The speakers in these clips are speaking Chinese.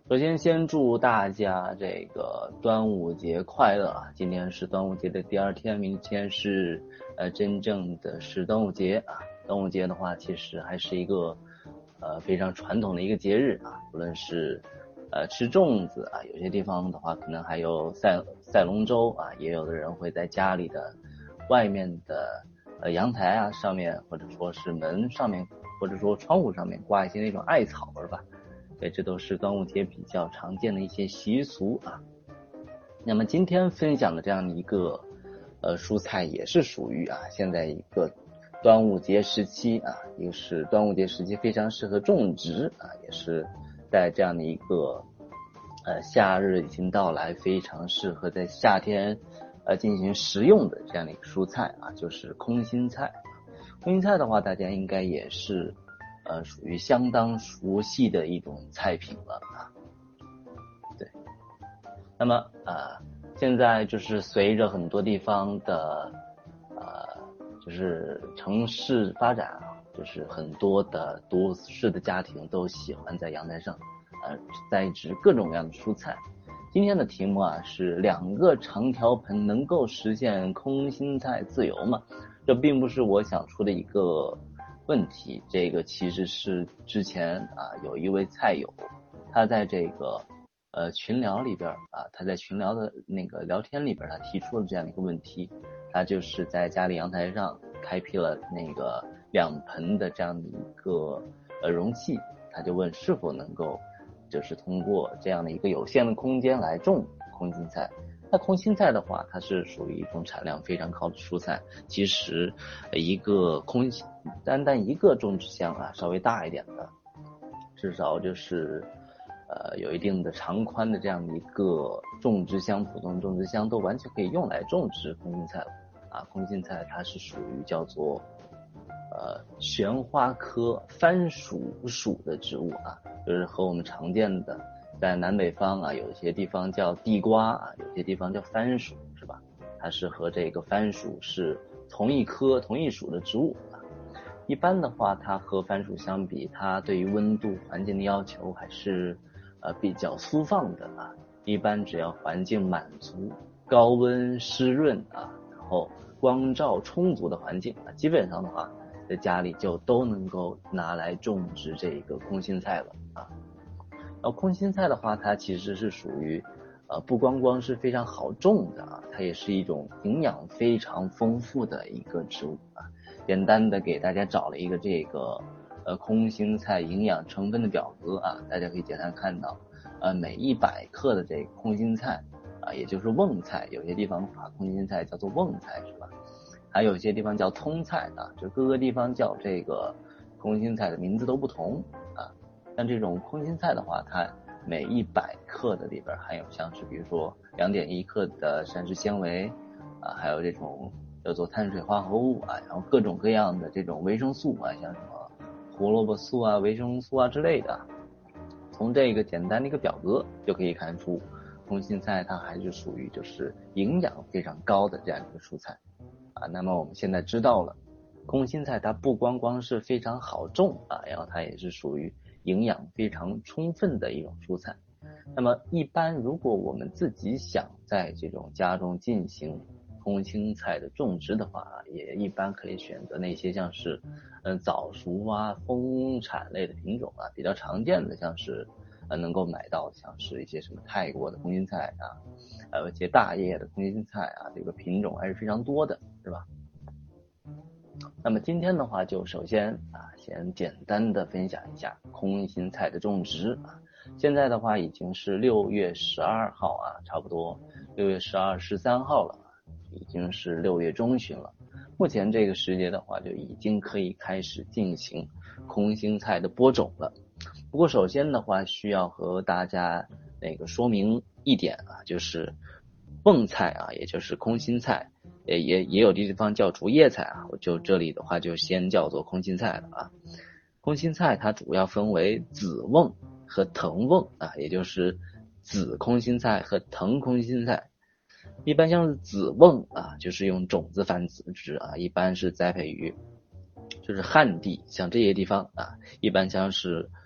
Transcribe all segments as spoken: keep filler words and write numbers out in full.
首先，先祝大家这个端午节快乐啊！今天是端午节的第二天，明天是呃真正的是端午节啊。端午节的话，其实还是一个呃非常传统的一个节日啊。无论是呃吃粽子啊，有些地方的话可能还有赛赛龙舟啊，也有的人会在家里的外面的呃阳台啊上面，或者说是门上面，或者说窗户上面挂一些那种艾草儿吧。对，这都是端午节比较常见的一些习俗啊。那么今天分享的这样的一个呃蔬菜也是属于啊现在一个端午节时期啊，也是端午节时期非常适合种植啊，也是在这样的一个呃夏日已经到来，非常适合在夏天呃进行食用的这样的一个蔬菜啊，就是空心菜。空心菜的话，大家应该也是呃，属于相当熟悉的一种菜品了啊。对，那么啊、呃，现在就是随着很多地方的呃，就是城市发展啊，就是很多的都市的家庭都喜欢在阳台上呃栽植各种各样的蔬菜。今天的题目啊是两个长条盆能够实现空心菜自由吗？这并不是我想出的一个问题，这个其实是之前啊有一位菜友，他在这个呃群聊里边啊，他在群聊的那个聊天里边，他提出了这样一个问题，他就是在家里阳台上开辟了那个两盆的这样的一个呃容器，他就问是否能够就是通过这样的一个有限的空间来种空心菜。那空心菜的话，它是属于一种产量非常高的蔬菜。其实，一个空单单一个种植箱啊，稍微大一点的，至少就是呃有一定的长宽的这样的一个种植箱，普通种植箱都完全可以用来种植空心菜了啊。空心菜它是属于叫做呃旋花科番薯属的植物啊，就是和我们常见的在南北方啊，有些地方叫地瓜啊，有些地方叫番薯，是吧？它是和这个番薯是同一科同一属的植物啊。一般的话，它和番薯相比，它对于温度环境的要求还是呃比较粗放的啊。一般只要环境满足高温湿润啊，然后光照充足的环境啊，基本上的话，在家里就都能够拿来种植这个空心菜了啊。然后空心菜的话，它其实是属于呃不光光是非常好种的啊，它也是一种营养非常丰富的一个植物啊。简单的给大家找了一个这个呃空心菜营养成分的表格啊，大家可以简单看到，呃每一百克的这个空心菜啊，也就是瓮菜，有些地方把空心菜叫做瓮菜是吧？还有一些地方叫通菜啊，就各个地方叫这个空心菜的名字都不同啊。像这种空心菜的话，它每一百克的里边含有像是比如说两点一克的膳食纤维啊，还有这种叫做碳水化合物啊，然后各种各样的这种维生素啊，像什么胡萝卜素啊、维生素啊之类的。从这个简单的一个表格就可以看出，空心菜它还是属于就是营养非常高的这样一个蔬菜啊。那么我们现在知道了，空心菜它不光光是非常好种啊，然后它也是属于营养非常充分的一种蔬菜。那么一般如果我们自己想在这种家中进行空心菜的种植的话，也一般可以选择那些像是嗯早熟啊、丰产类的品种啊，比较常见的像是呃能够买到像是一些什么泰国的空心菜啊，还有一些大叶的空心菜啊，这个品种还是非常多的，是吧？那么今天的话，就首先啊，先简单的分享一下空心菜的种植啊。现在的话已经是六月十二号啊，差不多六月十二、十三号了，已经是六月中旬了。目前这个时节的话，就已经可以开始进行空心菜的播种了。不过首先的话，需要和大家那个说明一点啊，就是瓮菜啊，也就是空心菜。也也也有的地方叫竹叶菜啊，我就这里的话就先叫做空心菜了啊。空心菜它主要分为子瓮和藤瓮啊，也就是子空心菜和藤空心菜。一般像是子瓮啊，就是用种子繁殖啊，一般是栽培于就是旱地，像这些地方啊，一般像是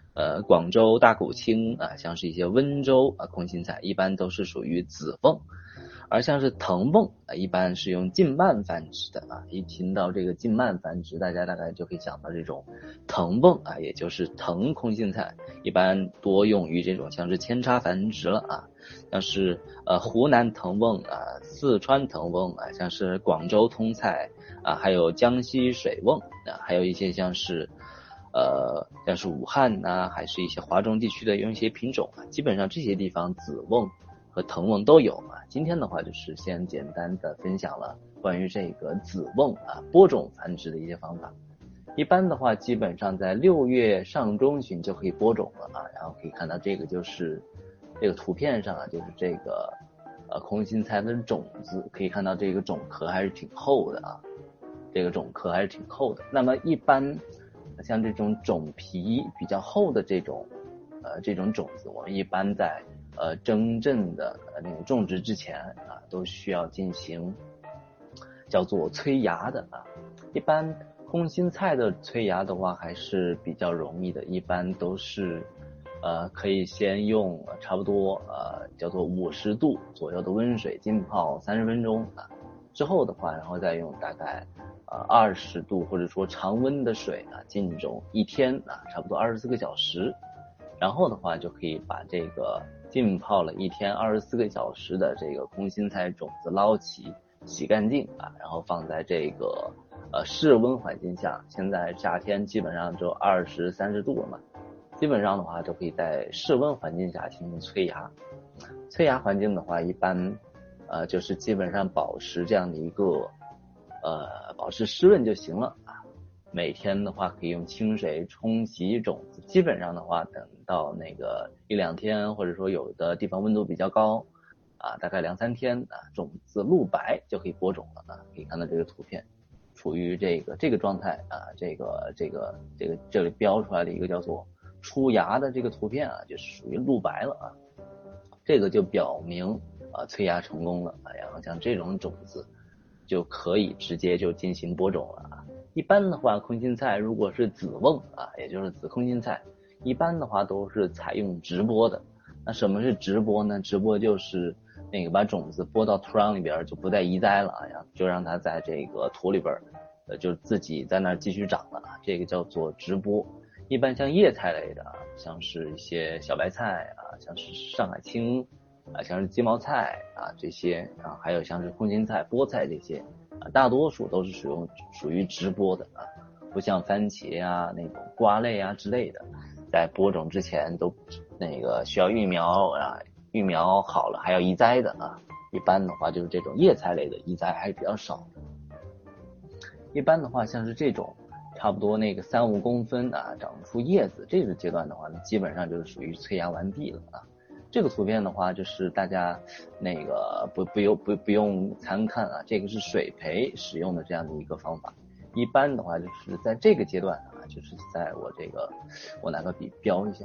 呃广州大口青啊，像是一些温州啊空心菜，一般都是属于子瓮。而像是藤瓮啊，一般是用近蔓繁殖的啊。一听到这个近蔓繁殖，大家大概就可以想到这种藤瓮啊，也就是藤空心菜，一般多用于这种像是扦插繁殖了啊。像是呃湖南藤瓮啊，四川藤瓮啊，像是广州通菜啊，还有江西水瓮啊，还有一些像是呃像是武汉呐、啊，还是一些华中地区的用一些品种啊，基本上这些地方子瓮和藤瓮都有啊。今天的话就是先简单的分享了关于这个子瓮啊播种繁殖的一些方法。一般的话基本上在六月上中旬就可以播种了啊。然后可以看到这个就是这个图片上啊，就是这个呃空心菜的种子，可以看到这个种壳还是挺厚的啊，这个种壳还是挺厚的。那么一般像这种种皮比较厚的这种呃这种种子，我们一般在呃真正的呃那个种植之前啊，都需要进行叫做催芽的啊。一般空心菜的催芽的话还是比较容易的，一般都是呃可以先用差不多呃叫做五十度左右的温水浸泡三十分钟啊，之后的话然后再用大概呃二十度或者说常温的水啊浸种一天啊，差不多二十四个小时，然后的话就可以把这个浸泡了一天二十四个小时的这个空心菜种子捞起洗干净啊，然后放在这个呃室温环境下，现在夏天基本上就二十三十度了嘛，基本上的话就可以在室温环境下进行催芽。催芽环境的话一般呃就是基本上保持这样的一个呃保持湿润就行了啊。每天的话可以用清水冲洗种子，基本上的话等到那个一两天，或者说有的地方温度比较高啊，大概两三天啊，种子露白就可以播种了啊。可以看到这个图片处于这个这个状态啊，这个这个这个这里标出来的一个叫做出芽的这个图片啊，就是属于露白了啊，这个就表明啊催芽成功了啊，然后像这种种子就可以直接就进行播种了啊。一般的话空心菜如果是子瓮啊，也就是子空心菜，一般的话都是采用直播的。那什么是直播呢？直播就是那个把种子播到土壤里边，就不再移栽了啊，就让它在这个土里边呃就自己在那儿继续长了啊，这个叫做直播。一般像叶菜类的啊，像是一些小白菜啊，像是上海青啊，像是鸡毛菜啊这些啊，还有像是空心菜、菠菜这些啊，大多数都是属于属于直播的啊，不像番茄啊那种瓜类啊之类的，在播种之前都那个需要育苗啊，育苗好了还要移栽的啊。一般的话就是这种叶菜类的移栽还是比较少的。一般的话像是这种差不多那个三五公分啊长出叶子这个阶段的话呢，基本上就是属于催芽完毕了啊。这个图片的话就是大家那个不不用不不用参看啊，这个是水培使用的这样的一个方法。一般的话就是在这个阶段啊，就是在我这个我拿个笔标一下，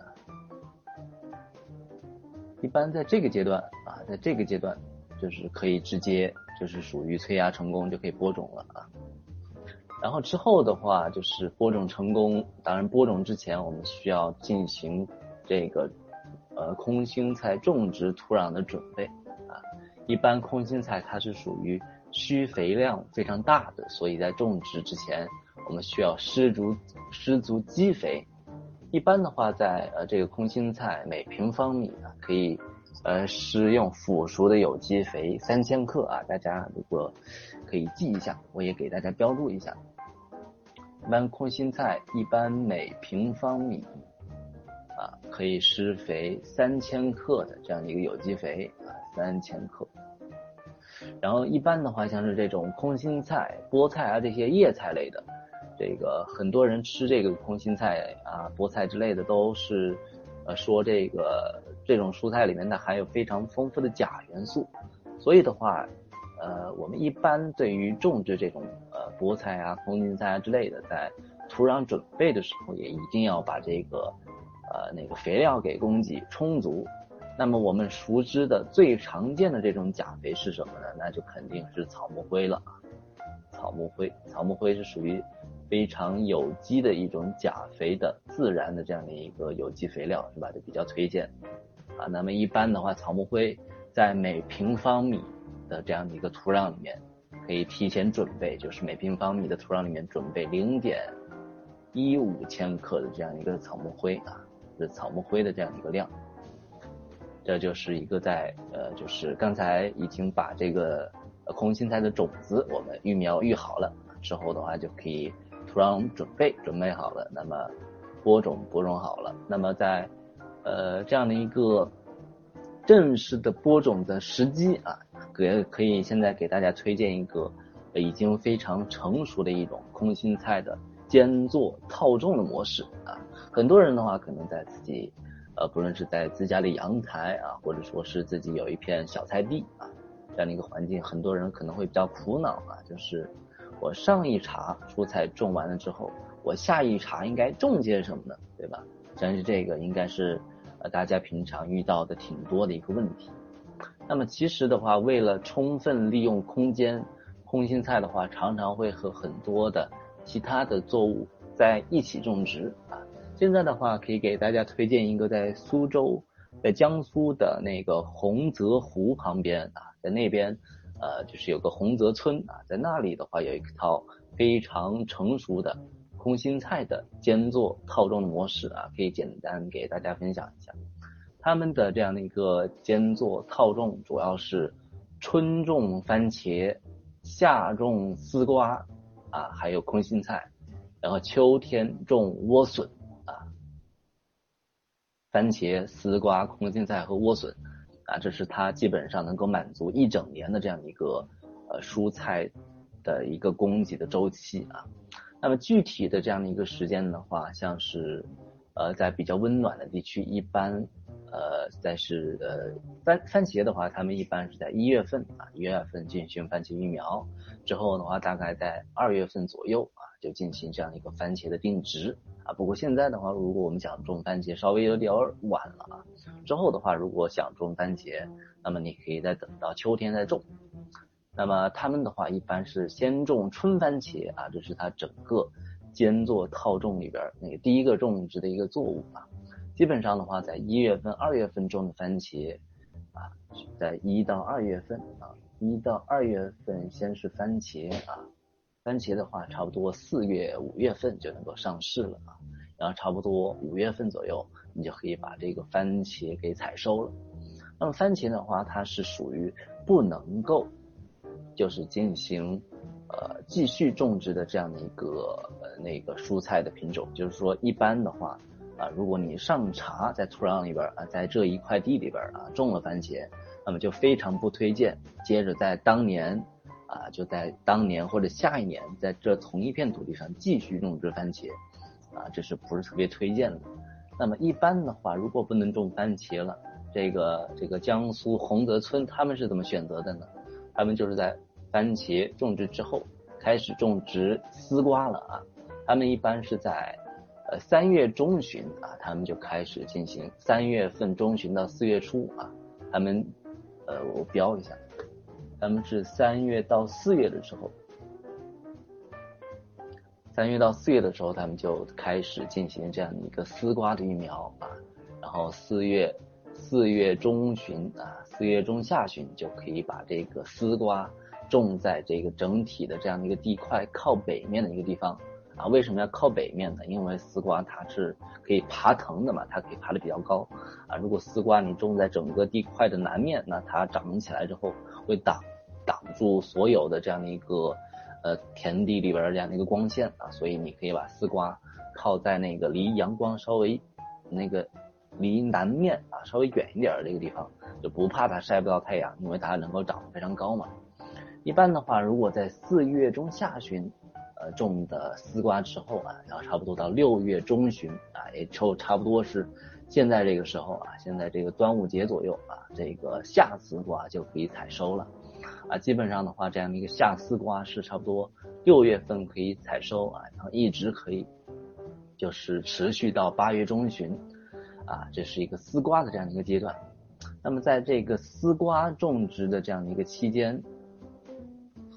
一般在这个阶段啊，在这个阶段就是可以直接就是属于催芽成功就可以播种了啊。然后之后的话就是播种成功，当然播种之前我们需要进行这个呃空心菜种植土壤的准备啊。一般空心菜它是属于需肥量非常大的，所以在种植之前我们需要施足施足基肥。一般的话在呃这个空心菜每平方米啊可以呃施用腐熟的有机肥三千克啊，大家如果可以记一下，我也给大家标注一下。一般空心菜一般每平方米啊可以施肥三千克的这样的一个有机肥啊，三千克。然后一般的话像是这种空心菜、菠菜啊这些叶菜类的，这个很多人吃这个空心菜啊、菠菜之类的都是呃说这个这种蔬菜里面它含有非常丰富的钾元素，所以的话呃我们一般对于种植这种呃菠菜啊、空心菜啊之类的，在土壤准备的时候也一定要把这个呃那个肥料给供给充足。那么我们熟知的最常见的这种钾肥是什么呢？那就肯定是草木灰了啊。草木灰，草木灰是属于非非常有机的一种钾肥的自然的这样的一个有机肥料，是吧？就比较推荐啊。那么一般的话，草木灰在每平方米的这样的一个土壤里面，可以提前准备，就是每平方米的土壤里面准备零点一五千克的这样一个草木灰啊，是草木灰的这样一个量。这就是一个在呃，就是刚才已经把这个空心菜的种子我们育苗育好了之后的话，就可以土壤准备准备好了，那么播种播种好了，那么在呃这样的一个正式的播种的时机啊，可可以现在给大家推荐一个已经非常成熟的一种空心菜的间作套种的模式啊。很多人的话可能在自己呃，不论是在自家的阳台啊，或者说是自己有一片小菜地啊，这样的一个环境，很多人可能会比较苦恼啊，就是我上一茬蔬菜种完了之后，我下一茬应该种些什么呢？对吧？但是这个应该是呃大家平常遇到的挺多的一个问题。那么其实的话，为了充分利用空间，空心菜的话常常会和很多的其他的作物在一起种植啊。现在的话可以给大家推荐一个在苏州，在江苏的那个洪泽湖旁边啊，在那边呃就是有个洪泽村啊，在那里的话有一套非常成熟的空心菜的间作套种的模式啊，可以简单给大家分享一下。他们的这样的一个间作套种主要是春种番茄，夏种丝瓜啊，还有空心菜，然后秋天种莴笋啊，番茄、丝瓜、空心菜和莴笋啊，这是它基本上能够满足一整年的这样一个呃蔬菜的一个供给的周期啊。那么具体的这样的一个时间的话，像是呃在比较温暖的地区，一般呃在是呃番番茄的话，他们一般是在一月份啊，一月份进行番茄育苗，之后的话大概在二月份左右啊就进行这样一个番茄的定植啊。不过现在的话，如果我们想种番茄，稍微有点晚了啊。之后的话，如果想种番茄，那么你可以再等到秋天再种。那么他们的话一般是先种春番茄啊，这是它整个间作套种里边那个第一个种植的一个作物啊。基本上的话，在一月份、二月份种的番茄啊，在一到二月份啊，一到二月份先是番茄啊，番茄的话差不多四月、五月份就能够上市了啊，然后差不多五月份左右，你就可以把这个番茄给采收了。那么番茄的话，它是属于不能够就是进行呃继续种植的这样的一个呃那个蔬菜的品种，就是说一般的话啊，如果你上茬在土壤里边啊，在这一块地里边啊种了番茄，那么就非常不推荐接着在当年啊就在当年或者下一年在这同一片土地上继续种植番茄啊，这是不是特别推荐的？那么一般的话，如果不能种番茄了，这个这个江苏洪泽村他们是怎么选择的呢？他们就是在番茄种植之后开始种植丝瓜了啊。他们一般是在呃三月中旬啊，他们就开始进行三月份中旬到四月初啊，他们呃我标一下，他们是三月到四月的时候。三月到四月的时候，他们就开始进行这样的一个丝瓜的育苗啊，然后四月四月中旬啊，四月中下旬就可以把这个丝瓜种在这个整体的这样的一个地块靠北面的一个地方啊。为什么要靠北面呢？因为丝瓜它是可以爬藤的嘛，它可以爬得比较高啊。如果丝瓜你种在整个地块的南面，那它长起来之后会挡挡住所有的这样的一个呃，田地里边的这样的一个光线啊，所以你可以把丝瓜靠在那个离阳光稍微那个离南面啊稍微远一点的这个地方，就不怕它晒不到太阳，因为它能够长得非常高嘛。一般的话，如果在四月中下旬呃种的丝瓜之后啊，然后差不多到六月中旬啊，也就差不多是现在这个时候啊，现在这个端午节左右啊，这个夏丝瓜就可以采收了。啊，基本上的话，这样的一个夏丝瓜是差不多六月份可以采收啊，然后一直可以就是持续到八月中旬啊，这是一个丝瓜的这样的一个阶段。那么在这个丝瓜种植的这样的一个期间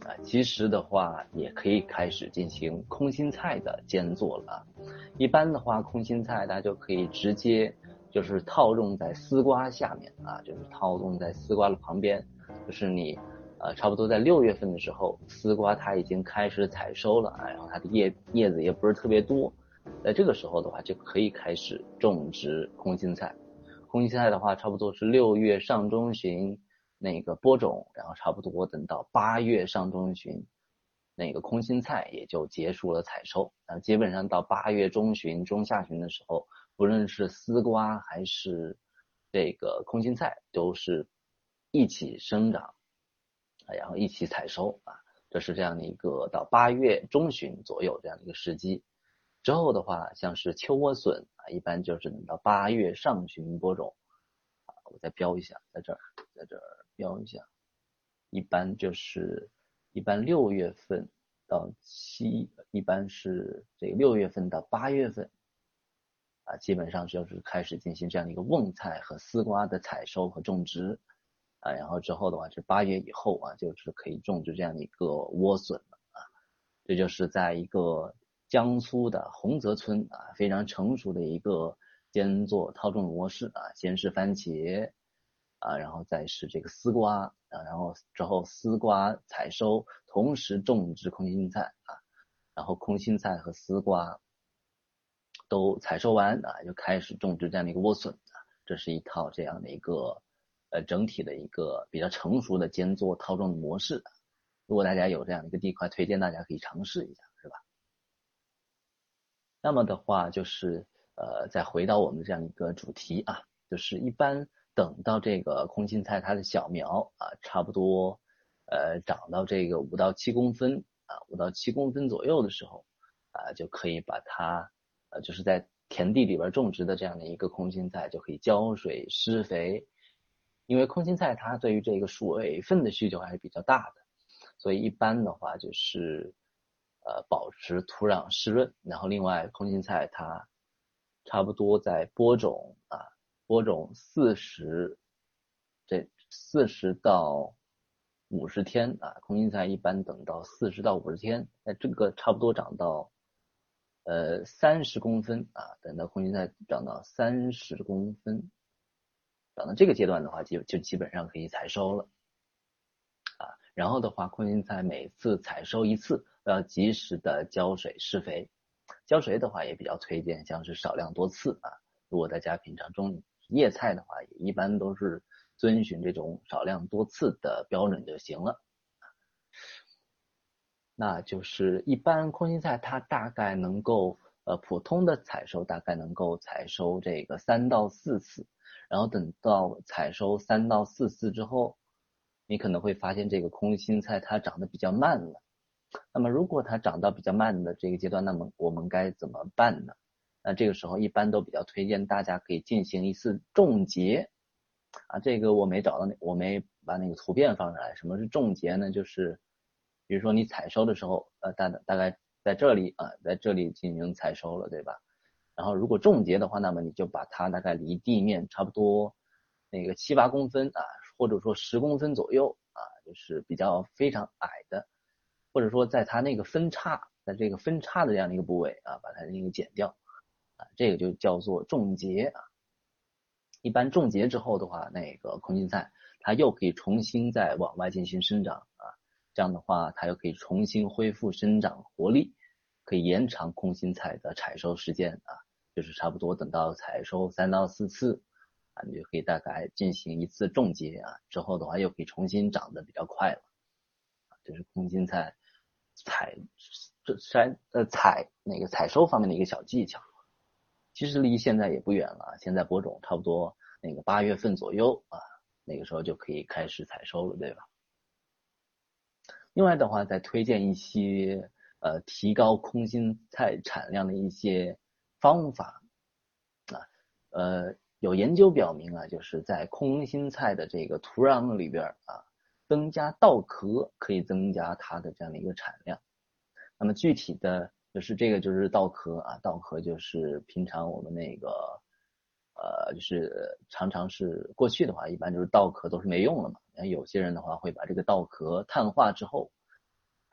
啊，其实的话也可以开始进行空心菜的煎做了。一般的话，空心菜大家就可以直接就是套种在丝瓜下面啊，就是套种在丝瓜的旁边，就是你呃差不多在六月份的时候，丝瓜它已经开始采收了啊，然后它的叶叶子也不是特别多，在这个时候的话就可以开始种植空心菜。空心菜的话，差不多是六月上中旬那个播种，然后差不多等到八月上中旬，那个空心菜也就结束了采收。啊，基本上到八月中旬、中下旬的时候，不论是丝瓜还是这个空心菜，都是一起生长，然后一起采收啊。这是这样的一个到八月中旬左右这样的一个时机。之后的话，像是秋莴笋啊，一般就是等到八月上旬播种。啊，我再标一下，在这儿，在这儿标一下。一般就是一般六月份到七，一般是这个六月份到八月份啊，基本上就是开始进行这样的一个瓮菜和丝瓜的采收和种植啊，然后之后的话是八月以后啊，就是可以种植这样的一个莴笋了啊。这就是在一个江苏的洪泽村啊，非常成熟的一个间作套种模式啊，先是番茄啊，然后再是这个丝瓜啊，然后之后丝瓜采收，同时种植空心菜啊，然后空心菜和丝瓜都采收完啊，就开始种植这样的一个莴笋啊，这是一套这样的一个呃整体的一个比较成熟的间作套种的模式。如果大家有这样的一个地块，推荐大家可以尝试一下，是吧？那么的话，就是呃，再回到我们这样一个主题啊，就是一般等到这个空心菜它的小苗啊，差不多呃长到这个五到七公分啊，五到七公分左右的时候啊，就可以把它呃就是在田地里边种植的这样的一个空心菜，就可以浇水施肥，因为空心菜它对于这个水分的需求还是比较大的。所以一般的话就是呃保持土壤湿润，然后另外空心菜它差不多在播种啊，播种四十这四十到五十天啊，空心菜一般等到四十到五十天，那这个差不多长到呃三十公分啊，等到空心菜长到三十公分，长到这个阶段的话，就就基本上可以采收了。啊，然后的话，空心菜每次采收一次都要及时的浇水施肥，浇水的话也比较推荐像是少量多次啊。如果大家平常种叶菜的话，也一般都是遵循这种少量多次的标准就行了。那就是一般空心菜它大概能够呃普通的采收大概能够采收这个三到四次，然后等到采收三到四次之后，你可能会发现这个空心菜它长得比较慢了。那么如果它长到比较慢的这个阶段，那么我们该怎么办呢？那这个时候一般都比较推荐大家可以进行一次种结啊，这个我没找到那我没把那个图片放上来。什么是种结呢？就是比如说你采收的时候，呃大大概在这里啊，在这里进行采收了，对吧？然后如果种结的话，那么你就把它大概离地面差不多那个七八公分啊，或者说十公分左右啊，就是比较非常矮的，或者说在它那个分叉，在这个分叉的这样的一个部位啊，把它那个剪掉啊，这个就叫做种结啊。一般种结之后的话，那个空心菜它又可以重新再往外进行生长啊，这样的话它又可以重新恢复生长活力，可以延长空心菜的采收时间啊，就是差不多等到采收三到四次啊，你就可以大概进行一次种结啊，之后的话又可以重新长得比较快了。这是空心菜采这摘呃采那个采收方面的一个小技巧。其实离现在也不远了，现在播种差不多那个八月份左右啊，那个时候就可以开始采收了，对吧？另外的话，再推荐一些呃提高空心菜产量的一些方法啊，呃，有研究表明啊，就是在空心菜的这个土壤里边啊，增加稻壳可以增加它的这样的一个产量。那么具体的就是这个就是稻壳啊，稻壳就是平常我们那个呃，就是常常是过去的话，一般就是稻壳都是没用了嘛。然后有些人的话会把这个稻壳碳化之后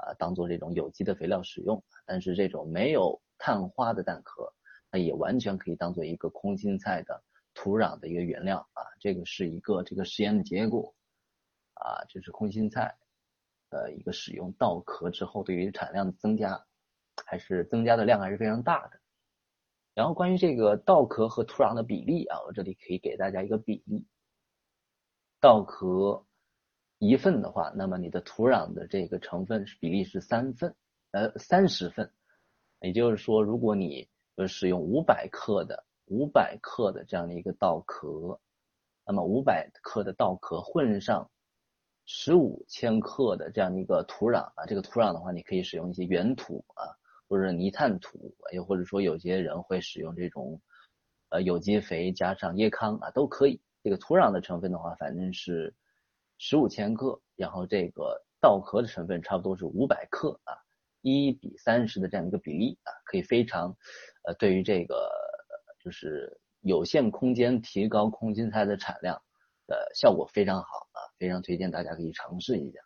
啊当做这种有机的肥料使用，但是这种没有碳化的蛋壳，它也完全可以当做一个空心菜的土壤的一个原料啊。这个是一个这个实验的结果啊，这是空心菜呃一个使用稻壳之后对于产量的增加，还是增加的量还是非常大的。然后关于这个稻壳和土壤的比例啊，我这里可以给大家一个比例，稻壳一份的话，那么你的土壤的这个成分比例是三份，呃三十份，也就是说，如果你使用五百克的五百克的这样的一个稻壳，那么五百克的稻壳混上十五千克的这样的一个土壤啊，这个土壤的话，你可以使用一些原土啊，或者泥炭土，又或者说有些人会使用这种呃有机肥加上椰糠啊，都可以。这个土壤的成分的话，反正是十五千克，然后这个稻壳的成分差不多是五百克啊，一比三十的这样一个比例啊，可以非常呃对于这个就是有限空间提高空心菜的产量的效果非常好啊，非常推荐大家可以尝试一下。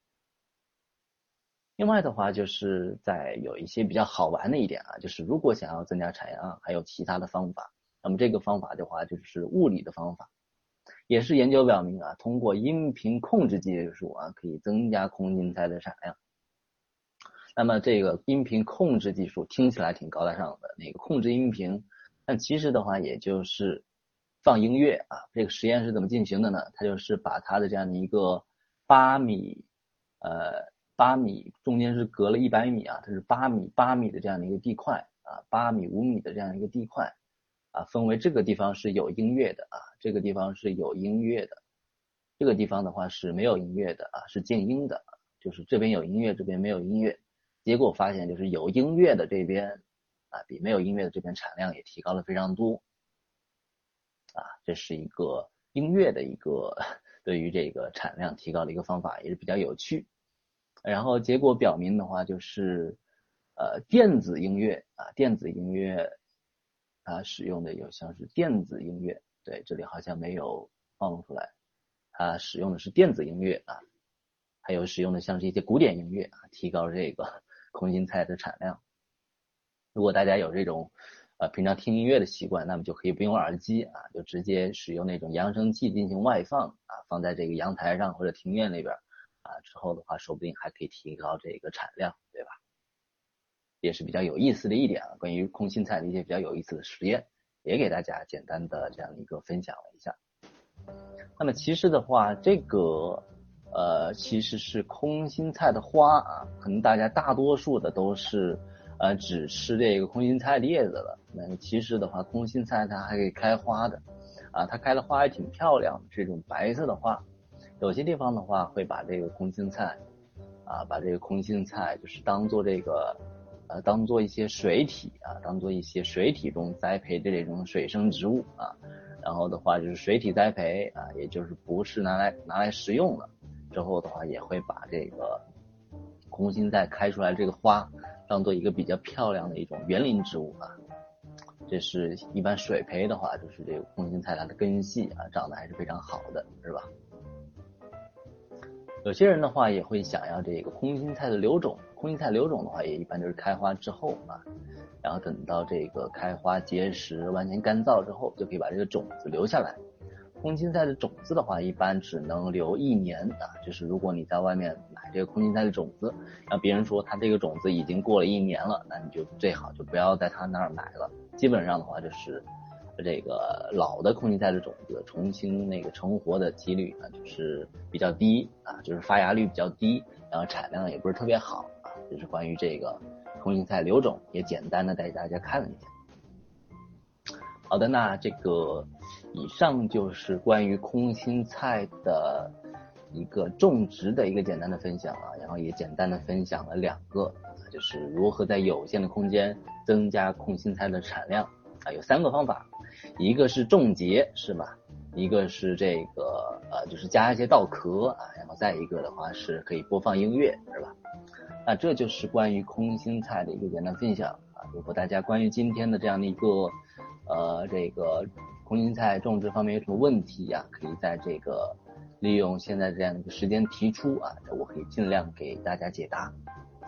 另外的话，就是在有一些比较好玩的一点啊，就是如果想要增加产量，还有其他的方法。那么这个方法的话，就是物理的方法，也是研究表明啊，通过音频控制技术啊，可以增加空心菜的产量。那么这个音频控制技术听起来挺高大上的，那个控制音频，但其实的话，也就是放音乐啊。这个实验是怎么进行的呢？它就是把它的这样的一个八米，呃。八米中间是隔了一百米啊，它是八米八米的这样的一个地块啊，八米五米的这样一个地块啊，分为这个地方是有音乐的啊，这个地方是有音乐的，这个地方的话是没有音乐的啊，是静音的，就是这边有音乐，这边没有音乐。结果发现就是有音乐的这边啊，比没有音乐的这边产量也提高了非常多啊，这是一个音乐的一个对于这个产量提高的一个方法，也是比较有趣。然后结果表明的话，就是呃电子音乐啊，电子音乐它使用的有像是电子音乐，对，这里好像没有放出来，它使用的是电子音乐啊，还有使用的像是一些古典音乐啊，提高这个空心菜的产量。如果大家有这种呃平常听音乐的习惯，那么就可以不用耳机啊，就直接使用那种扬声器进行外放啊，放在这个阳台上或者庭院那边。啊，之后的话，说不定还可以提高这个产量，对吧？也是比较有意思的一点啊，关于空心菜的一些比较有意思的实验，也给大家简单的这样一个分享了一下。那么其实的话，这个呃其实是空心菜的花啊，可能大家大多数的都是呃只吃这个空心菜叶子了。那其实的话，空心菜它还可以开花的啊，它开的花还挺漂亮，这种白色的花。有些地方的话会把这个空心菜啊，把这个空心菜就是当做这个呃当做一些水体啊，当做一些水体中栽培的这种水生植物啊，然后的话就是水体栽培啊，也就是不是拿来拿来食用了。之后的话也会把这个空心菜开出来这个花当做一个比较漂亮的一种园林植物啊。这是一般水培的话，就是这个空心菜它的根系啊长得还是非常好的，是吧？有些人的话也会想要这个空心菜的留种，空心菜留种的话也一般就是开花之后啊，然后等到这个开花结实完全干燥之后，就可以把这个种子留下来。空心菜的种子的话一般只能留一年啊，就是如果你在外面买这个空心菜的种子，让别人说它这个种子已经过了一年了，那你就最好就不要在他那儿买了。基本上的话就是这个老的空心菜的种子重新那个成活的几率呢就是比较低啊，就是发芽率比较低，然后产量也不是特别好啊。这是关于这个空心菜留种，也简单的带大家看了一下。好的，那这个以上就是关于空心菜的一个种植的一个简单的分享啊，然后也简单的分享了两个，就是如何在有限的空间增加空心菜的产量啊，有三个方法，一个是种结是吧？一个是这个呃就是加一些稻壳啊，然后再一个的话是可以播放音乐是吧？那这就是关于空心菜的一个简单分享啊。如果大家关于今天的这样的一个呃这个空心菜种植方面有什么问题啊，可以在这个利用现在这样的一个时间提出啊，我可以尽量给大家解答。